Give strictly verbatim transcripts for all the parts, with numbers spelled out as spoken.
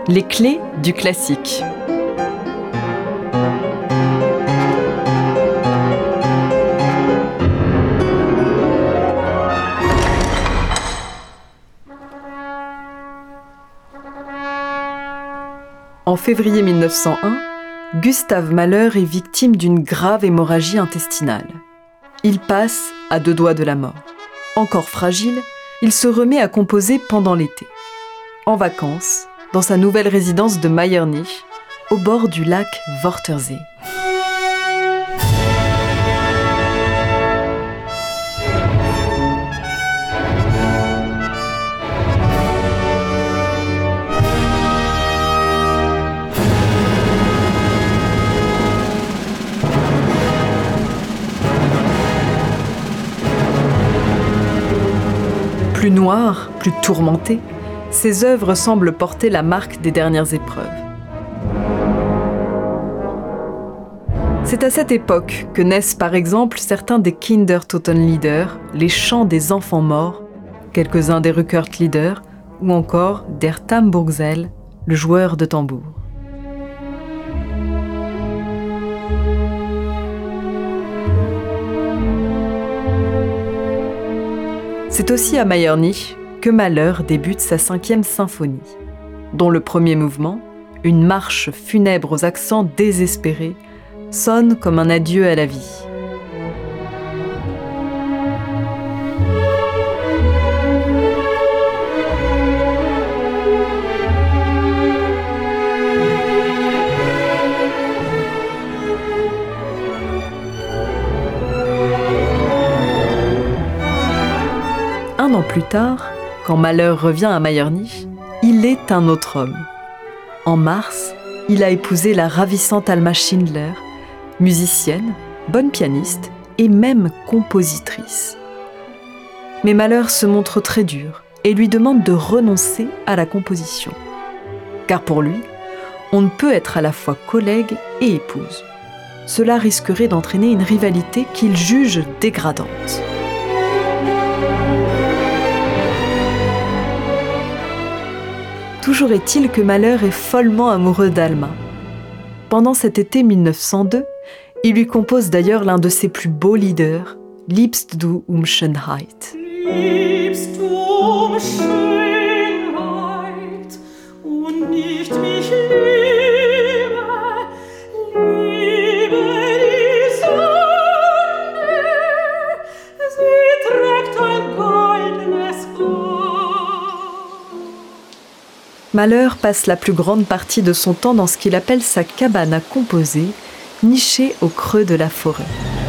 Les clés du classique. En février mille neuf cent un, Gustave Mahler est victime d'une grave hémorragie intestinale. Il passe à deux doigts de la mort. Encore fragile, il se remet à composer pendant l'été. En vacances, dans sa nouvelle résidence de Meiernich, au bord du lac Wörthersee. Plus noires, plus tourmentées, ses œuvres semblent porter la marque des dernières épreuves. C'est à cette époque que naissent par exemple certains des Kindertotenlieder, les chants des enfants morts, quelques-uns des Rückertlieder ou encore Der Tambourgsel, le joueur de tambour. C'est aussi à Meiernich que Mahler débute sa cinquième symphonie, dont le premier mouvement, une marche funèbre aux accents désespérés, sonne comme un adieu à la vie. Un an plus tard, quand Mahler revient à Meiernich, il est un autre homme. En mars, il a épousé la ravissante Alma Schindler, musicienne, bonne pianiste et même compositrice. Mais Mahler se montre très dur et lui demande de renoncer à la composition. Car pour lui, on ne peut être à la fois collègue et épouse. Cela risquerait d'entraîner une rivalité qu'il juge dégradante. Toujours est-il que Mahler est follement amoureux d'Alma. Pendant cet été mille neuf cent deux, il lui compose d'ailleurs l'un de ses plus beaux lieder, Liebst du um Schönheit. Liebst du um Schönheit und nicht mich liebe, liebe die Sonne, sie trägt ein goldenes Kleid. Mahler passe la plus grande partie de son temps dans ce qu'il appelle sa cabane à composer, nichée au creux de la forêt.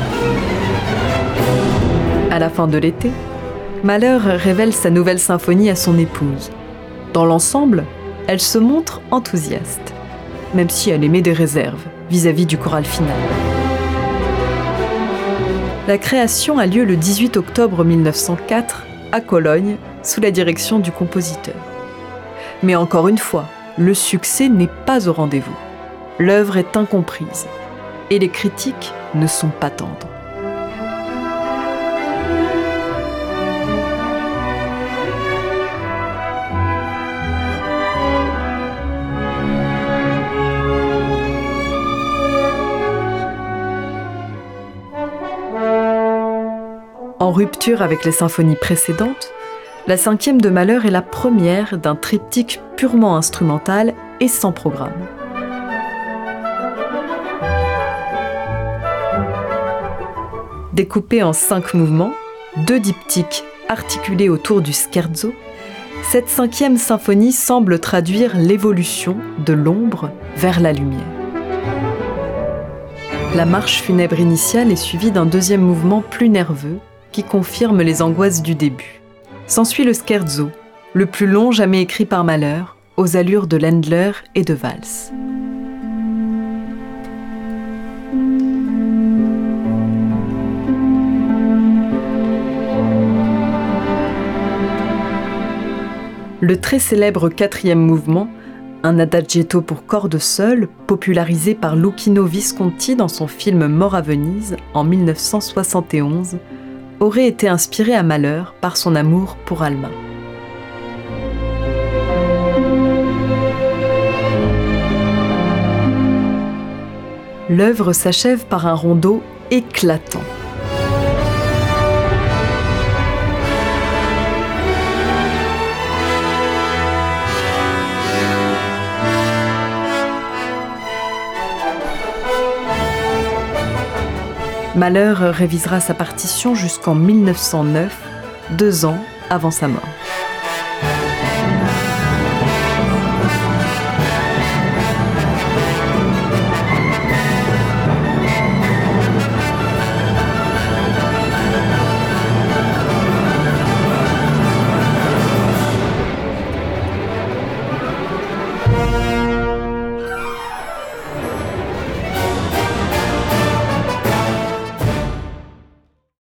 À la fin de l'été, Mahler révèle sa nouvelle symphonie à son épouse. Dans l'ensemble, elle se montre enthousiaste, même si elle émet des réserves vis-à-vis du choral final. La création a lieu le dix-huit octobre mille neuf cent quatre à Cologne, sous la direction du compositeur. Mais encore une fois, le succès n'est pas au rendez-vous. L'œuvre est incomprise et les critiques ne sont pas tendres. En rupture avec les symphonies précédentes, la cinquième de Mahler est la première d'un triptyque purement instrumental et sans programme. Découpée en cinq mouvements, deux diptyques articulés autour du scherzo, cette cinquième symphonie semble traduire l'évolution de l'ombre vers la lumière. La marche funèbre initiale est suivie d'un deuxième mouvement plus nerveux qui confirme les angoisses du début. S'ensuit le scherzo, le plus long jamais écrit par Mahler, aux allures de Ländler et de valse. Le très célèbre quatrième mouvement, un adagietto pour cordes seules, popularisé par Luchino Visconti dans son film Mort à Venise en mille neuf cent soixante et onze, aurait été inspiré à Mahler par son amour pour Alma. L'œuvre s'achève par un rondeau éclatant. Mahler révisera sa partition jusqu'en mille neuf cent neuf, deux ans avant sa mort.